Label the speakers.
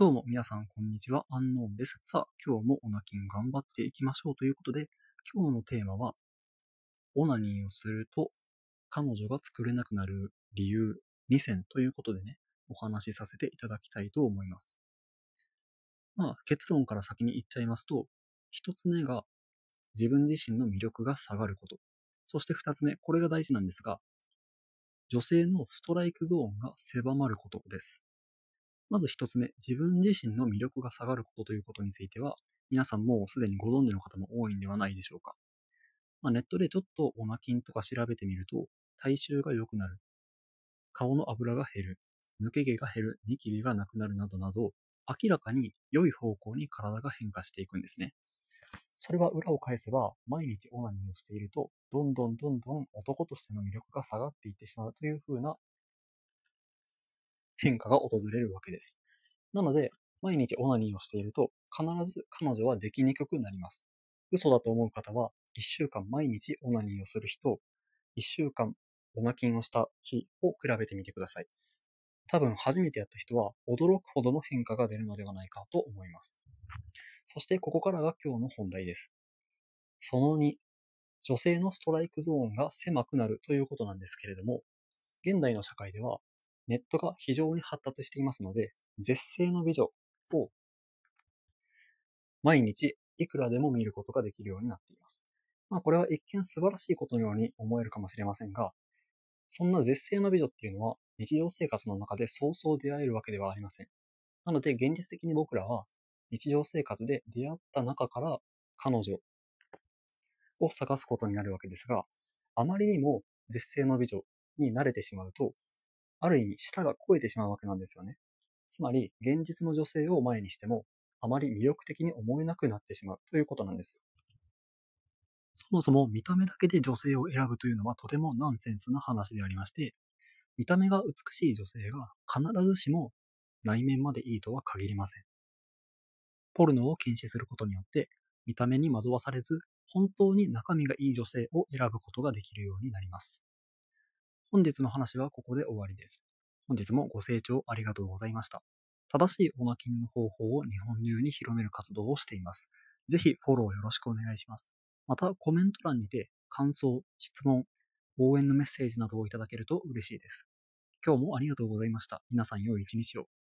Speaker 1: どうも皆さんこんにちは、アンノーンです。さあ、今日もオナキン頑張っていきましょうということで、今日のテーマは、オナニーをすると彼女が作れなくなる理由2選ということでね、お話しさせていただきたいと思います。結論から先に言っちゃいますと、一つ目が自分自身の魅力が下がること。そして二つ目、これが大事なんですが、女性のストライクゾーンが狭まることです。まず一つ目、自分自身の魅力が下がることということについては、皆さんもうすでにご存知の方も多いんではないでしょうか。ネットでちょっとオナキンとか調べてみると、体臭が良くなる、顔の油が減る、抜け毛が減る、ニキビがなくなるなどなど、明らかに良い方向に体が変化していくんですね。それは裏を返せば、毎日オナニーをしていると、どんどん男としての魅力が下がっていってしまうという風な変化が訪れるわけです。なので、毎日オナニーをしていると、必ず彼女はできにくくなります。嘘だと思う方は、1週間毎日オナニーをする日と、1週間オナキンをした日を比べてみてください。多分初めてやった人は驚くほどの変化が出るのではないかと思います。そしてここからが今日の本題です。その2、女性のストライクゾーンが狭くなるということなんですけれども、現代の社会ではネットが非常に発達していますので、絶世の美女を毎日いくらでも見ることができるようになっています。これは一見素晴らしいことのように思えるかもしれませんが、そんな絶世の美女っていうのは日常生活の中でそうそう出会えるわけではありません。なので現実的に僕らは日常生活で出会った中から彼女を探すことになるわけですが、あまりにも絶世の美女に慣れてしまうと、ある意味舌が肥えてしまうわけなんですよね。つまり現実の女性を前にしてもあまり魅力的に思えなくなってしまうということなんですよ。そもそも見た目だけで女性を選ぶというのはとてもナンセンスな話でありまして、見た目が美しい女性が必ずしも内面までいいとは限りません。ポルノを禁止することによって見た目に惑わされず、本当に中身がいい女性を選ぶことができるようになります。本日の話はここで終わりです。本日もご清聴ありがとうございました。正しいオナキンの方法を日本中に広める活動をしています。ぜひフォローよろしくお願いします。またコメント欄にて感想、質問、応援のメッセージなどをいただけると嬉しいです。今日もありがとうございました。皆さん良い一日を。